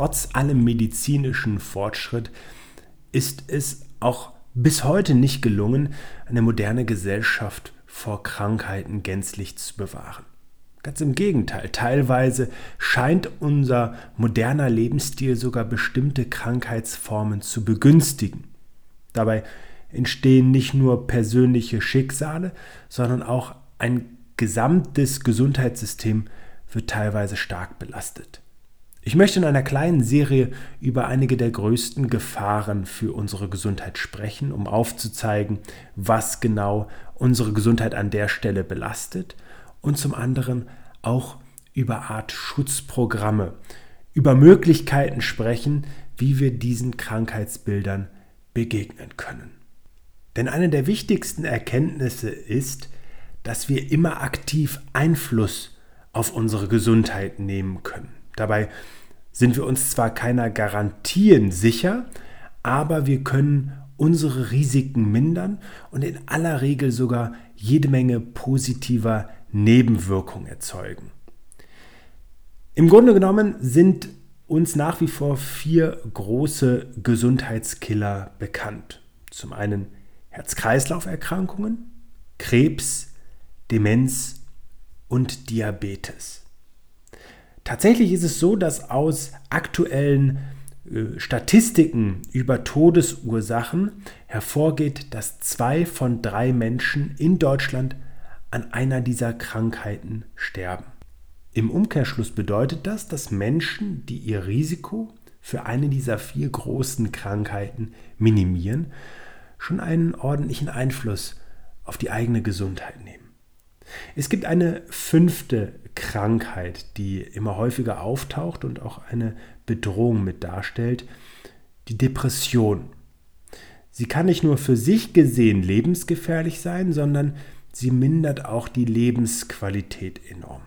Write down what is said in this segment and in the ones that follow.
trotz allem medizinischen Fortschritt ist es auch bis heute nicht gelungen, eine moderne Gesellschaft vor Krankheiten gänzlich zu bewahren. Ganz im Gegenteil, teilweise scheint unser moderner Lebensstil sogar bestimmte Krankheitsformen zu begünstigen. Dabei entstehen nicht nur persönliche Schicksale, sondern auch ein gesamtes Gesundheitssystem wird teilweise stark belastet. Ich möchte in einer kleinen Serie über einige der größten Gefahren für unsere Gesundheit sprechen, um aufzuzeigen, was genau unsere Gesundheit an der Stelle belastet und zum anderen auch über Art Schutzprogramme, über Möglichkeiten sprechen, wie wir diesen Krankheitsbildern begegnen können. Denn eine der wichtigsten Erkenntnisse ist, dass wir immer aktiv Einfluss auf unsere Gesundheit nehmen können. Dabei sind wir uns zwar keiner Garantien sicher, aber wir können unsere Risiken mindern und in aller Regel sogar jede Menge positiver Nebenwirkungen erzeugen. Im Grunde genommen sind uns nach wie vor 4 große Gesundheitskiller bekannt. Zum einen Herz-Kreislauf-Erkrankungen, Krebs, Demenz und Diabetes. Tatsächlich ist es so, dass aus aktuellen Statistiken über Todesursachen hervorgeht, dass 2 von 3 Menschen in Deutschland an einer dieser Krankheiten sterben. Im Umkehrschluss bedeutet das, dass Menschen, die ihr Risiko für eine dieser 4 großen Krankheiten minimieren, schon einen ordentlichen Einfluss auf die eigene Gesundheit nehmen. Es gibt eine 5. Krankheit, die immer häufiger auftaucht und auch eine Bedrohung mit darstellt, die Depression. Sie kann nicht nur für sich gesehen lebensgefährlich sein, sondern sie mindert auch die Lebensqualität enorm.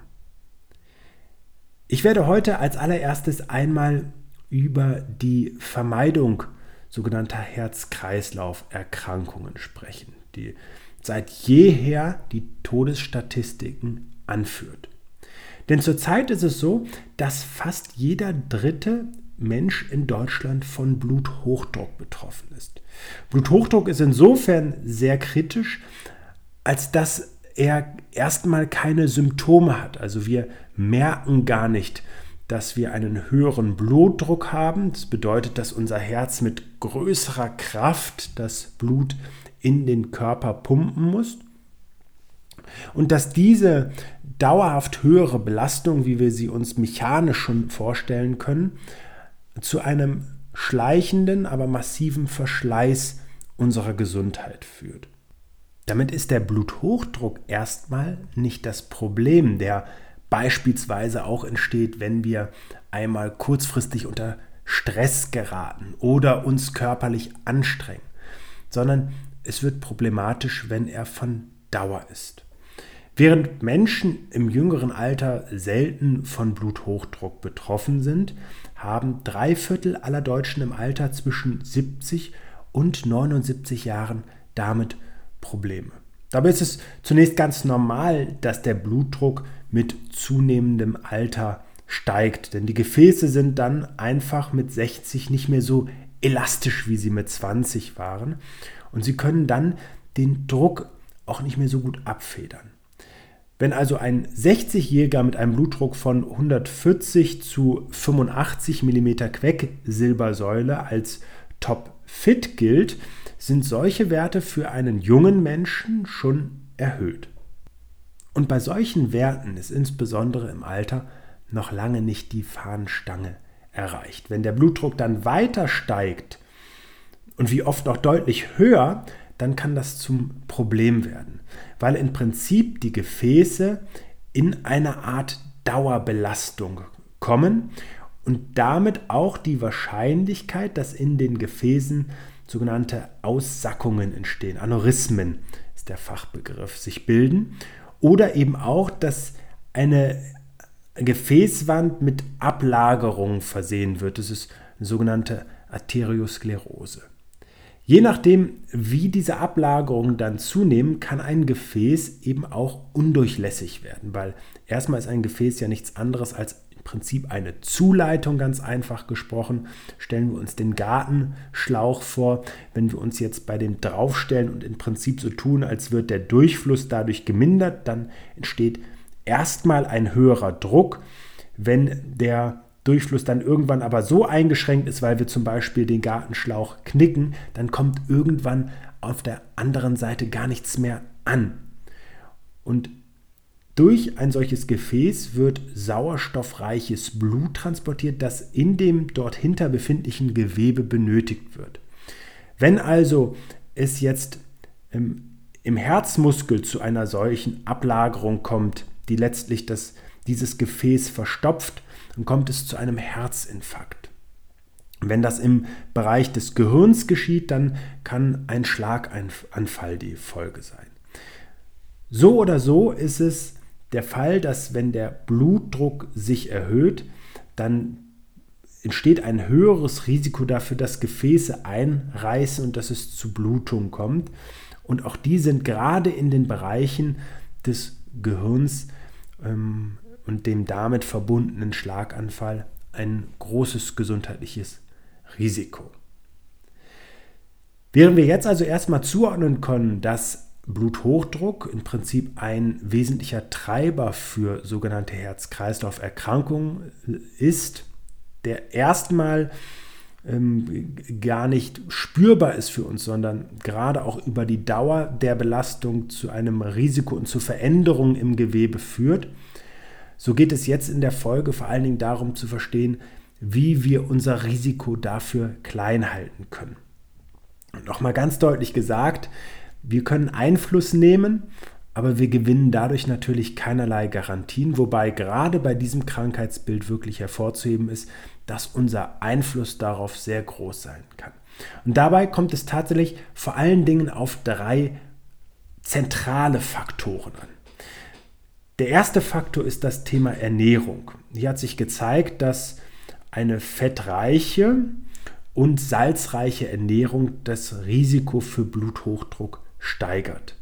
Ich werde heute als allererstes einmal über die Vermeidung sogenannter Herz-Kreislauf-Erkrankungen sprechen, die seit jeher die Todesstatistiken anführt. Denn zurzeit ist es so, dass fast jeder 3. Mensch in Deutschland von Bluthochdruck betroffen ist. Bluthochdruck ist insofern sehr kritisch, als dass er erstmal keine Symptome hat. Also wir merken gar nicht, dass wir einen höheren Blutdruck haben. Das bedeutet, dass unser Herz mit größerer Kraft das Blut in den Körper pumpen muss. Und dass diese dauerhaft höhere Belastung, wie wir sie uns mechanisch schon vorstellen können, zu einem schleichenden, aber massiven Verschleiß unserer Gesundheit führt. Damit ist der Bluthochdruck erstmal nicht das Problem, der beispielsweise auch entsteht, wenn wir einmal kurzfristig unter Stress geraten oder uns körperlich anstrengen, sondern es wird problematisch, wenn er von Dauer ist. Während Menschen im jüngeren Alter selten von Bluthochdruck betroffen sind, haben 3/4 aller Deutschen im Alter zwischen 70 und 79 Jahren damit Probleme. Dabei ist es zunächst ganz normal, dass der Blutdruck mit zunehmendem Alter steigt, denn die Gefäße sind dann einfach mit 60 nicht mehr so elastisch, wie sie mit 20 waren, und sie können dann den Druck auch nicht mehr so gut abfedern. Wenn also ein 60-Jähriger mit einem Blutdruck von 140 zu 85 mm Quecksilbersäule als topfit gilt, sind solche Werte für einen jungen Menschen schon erhöht. Und bei solchen Werten ist insbesondere im Alter noch lange nicht die Fahnenstange erreicht. Wenn der Blutdruck dann weiter steigt und wie oft noch deutlich höher, dann kann das zum Problem werden, weil im Prinzip die Gefäße in eine Art Dauerbelastung kommen und damit auch die Wahrscheinlichkeit, dass in den Gefäßen sogenannte Aussackungen entstehen, Aneurysmen ist der Fachbegriff, sich bilden, oder eben auch, dass eine Gefäßwand mit Ablagerungen versehen wird. Das ist eine sogenannte Arteriosklerose. Je nachdem, wie diese Ablagerungen dann zunehmen, kann ein Gefäß eben auch undurchlässig werden, weil erstmal ist ein Gefäß ja nichts anderes als im Prinzip eine Zuleitung, ganz einfach gesprochen. Stellen wir uns den Gartenschlauch vor, wenn wir uns jetzt bei dem draufstellen und im Prinzip so tun, als wird der Durchfluss dadurch gemindert, dann entsteht erstmal ein höherer Druck. Wenn der Durchfluss dann irgendwann aber so eingeschränkt ist, weil wir zum Beispiel den Gartenschlauch knicken, dann kommt irgendwann auf der anderen Seite gar nichts mehr an. Und durch ein solches Gefäß wird sauerstoffreiches Blut transportiert, das in dem dort hinter befindlichen Gewebe benötigt wird. Wenn also es jetzt im Herzmuskel zu einer solchen Ablagerung kommt, die letztlich dieses Gefäß verstopft, dann kommt es zu einem Herzinfarkt. Wenn das im Bereich des Gehirns geschieht, dann kann ein Schlaganfall die Folge sein. So oder so ist es der Fall, dass wenn der Blutdruck sich erhöht, dann entsteht ein höheres Risiko dafür, dass Gefäße einreißen und dass es zu Blutungen kommt. Und auch die sind gerade in den Bereichen des Gehirns und dem damit verbundenen Schlaganfall ein großes gesundheitliches Risiko. Während wir jetzt also erstmal zuordnen können, dass Bluthochdruck im Prinzip ein wesentlicher Treiber für sogenannte Herz-Kreislauf-Erkrankungen ist, der erstmal gar nicht spürbar ist für uns, sondern gerade auch über die Dauer der Belastung zu einem Risiko und zu Veränderungen im Gewebe führt. So geht es jetzt in der Folge vor allen Dingen darum zu verstehen, wie wir unser Risiko dafür klein halten können. Und nochmal ganz deutlich gesagt, wir können Einfluss nehmen, aber wir gewinnen dadurch natürlich keinerlei Garantien, wobei gerade bei diesem Krankheitsbild wirklich hervorzuheben ist, dass unser Einfluss darauf sehr groß sein kann. Und dabei kommt es tatsächlich vor allen Dingen auf 3 zentrale Faktoren an. Der erste Faktor ist das Thema Ernährung. Hier hat sich gezeigt, dass eine fettreiche und salzreiche Ernährung das Risiko für Bluthochdruck steigert.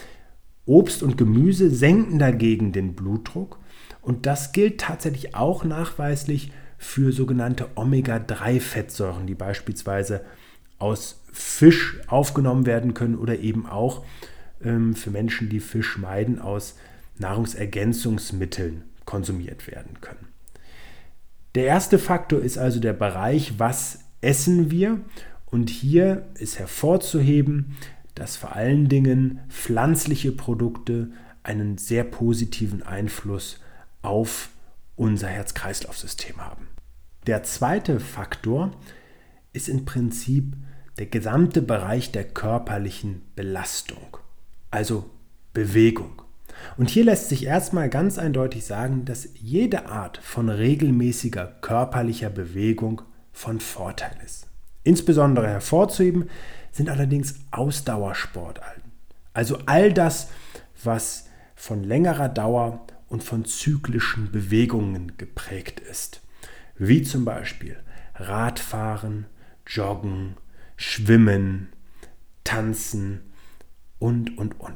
Obst und Gemüse senken dagegen den Blutdruck und das gilt tatsächlich auch nachweislich für sogenannte Omega-3-Fettsäuren, die beispielsweise aus Fisch aufgenommen werden können oder eben auch für Menschen, die Fisch meiden, aus Nahrungsergänzungsmitteln konsumiert werden können. Der erste Faktor ist also der Bereich, was essen wir? Und hier ist hervorzuheben, dass vor allen Dingen pflanzliche Produkte einen sehr positiven Einfluss auf unser Herz-Kreislauf-System haben. Der zweite Faktor ist im Prinzip der gesamte Bereich der körperlichen Belastung, also Bewegung. Und hier lässt sich erstmal ganz eindeutig sagen, dass jede Art von regelmäßiger körperlicher Bewegung von Vorteil ist. Insbesondere hervorzuheben sind allerdings Ausdauersportarten. Also all das, was von längerer Dauer und von zyklischen Bewegungen geprägt ist. Wie zum Beispiel Radfahren, Joggen, Schwimmen, Tanzen und.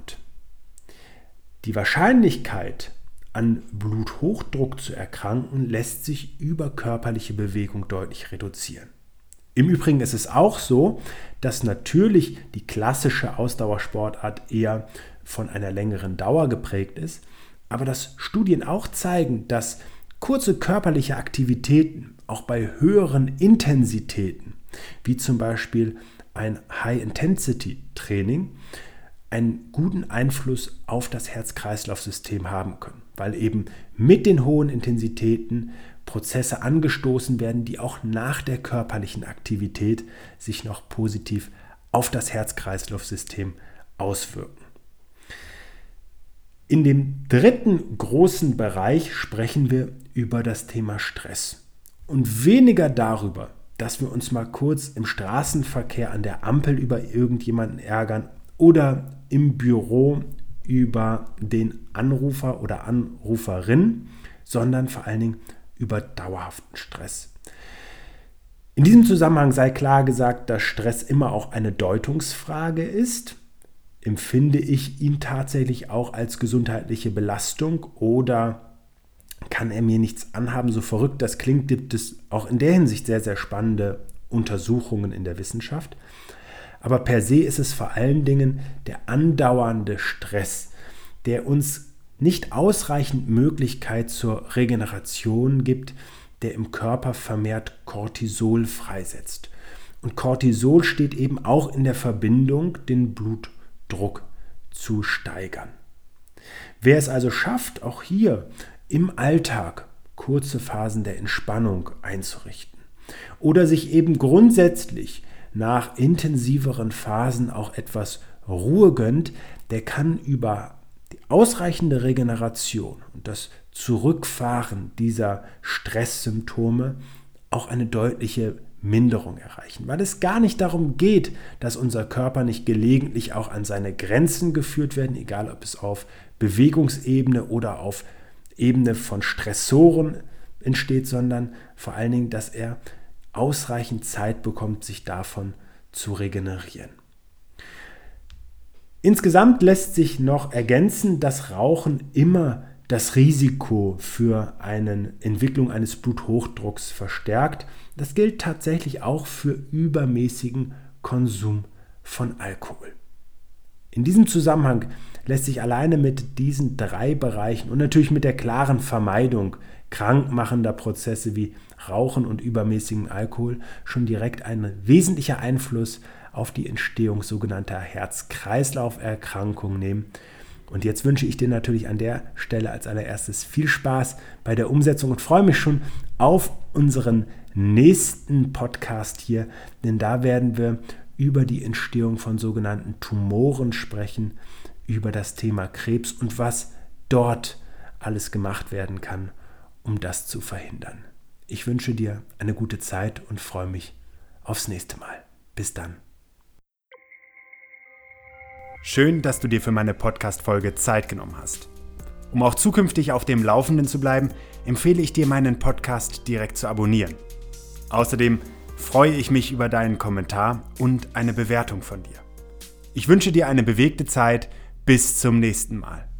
Die Wahrscheinlichkeit, an Bluthochdruck zu erkranken, lässt sich über körperliche Bewegung deutlich reduzieren. Im Übrigen ist es auch so, dass natürlich die klassische Ausdauersportart eher von einer längeren Dauer geprägt ist, aber dass Studien auch zeigen, dass kurze körperliche Aktivitäten auch bei höheren Intensitäten, wie zum Beispiel ein High-Intensity-Training, einen guten Einfluss auf das Herz-Kreislauf-System haben können, weil eben mit den hohen Intensitäten Prozesse angestoßen werden, die auch nach der körperlichen Aktivität sich noch positiv auf das Herz-Kreislauf-System auswirken. In dem dritten großen Bereich sprechen wir über das Thema Stress und weniger darüber, dass wir uns mal kurz im Straßenverkehr an der Ampel über irgendjemanden ärgern oder im Büro über den Anrufer oder Anruferin, sondern vor allen Dingen über dauerhaften Stress. In diesem Zusammenhang sei klar gesagt, dass Stress immer auch eine Deutungsfrage ist. Empfinde ich ihn tatsächlich auch als gesundheitliche Belastung oder kann er mir nichts anhaben. So verrückt das klingt, gibt es auch in der Hinsicht sehr, sehr spannende Untersuchungen in der Wissenschaft. Aber per se ist es vor allen Dingen der andauernde Stress, der uns nicht ausreichend Möglichkeit zur Regeneration gibt, der im Körper vermehrt Cortisol freisetzt. Und Cortisol steht eben auch in der Verbindung, den Blutdruck zu steigern. Wer es also schafft, auch hier im Alltag kurze Phasen der Entspannung einzurichten oder sich eben grundsätzlich nach intensiveren Phasen auch etwas Ruhe gönnt, der kann über die ausreichende Regeneration und das Zurückfahren dieser Stresssymptome auch eine deutliche Minderung erreichen, weil es gar nicht darum geht, dass unser Körper nicht gelegentlich auch an seine Grenzen geführt werden, egal ob es auf Bewegungsebene oder auf Ebene von Stressoren entsteht, sondern vor allen Dingen, dass er ausreichend Zeit bekommt, sich davon zu regenerieren. Insgesamt lässt sich noch ergänzen, dass Rauchen immer das Risiko für eine Entwicklung eines Bluthochdrucks verstärkt. Das gilt tatsächlich auch für übermäßigen Konsum von Alkohol. In diesem Zusammenhang lässt sich alleine mit diesen 3 Bereichen und natürlich mit der klaren Vermeidung krankmachender Prozesse wie Rauchen und übermäßigem Alkohol schon direkt ein wesentlicher Einfluss auf die Entstehung sogenannter Herz-Kreislauf-Erkrankungen nehmen. Und jetzt wünsche ich dir natürlich an der Stelle als allererstes viel Spaß bei der Umsetzung und freue mich schon auf unseren nächsten Podcast hier, denn da werden wir über die Entstehung von sogenannten Tumoren sprechen, über das Thema Krebs und was dort alles gemacht werden kann, um das zu verhindern. Ich wünsche dir eine gute Zeit und freue mich aufs nächste Mal. Bis dann. Schön, dass du dir für meine Podcast-Folge Zeit genommen hast. Um auch zukünftig auf dem Laufenden zu bleiben, empfehle ich dir, meinen Podcast direkt zu abonnieren. Außerdem freue ich mich über deinen Kommentar und eine Bewertung von dir. Ich wünsche dir eine bewegte Zeit. Bis zum nächsten Mal.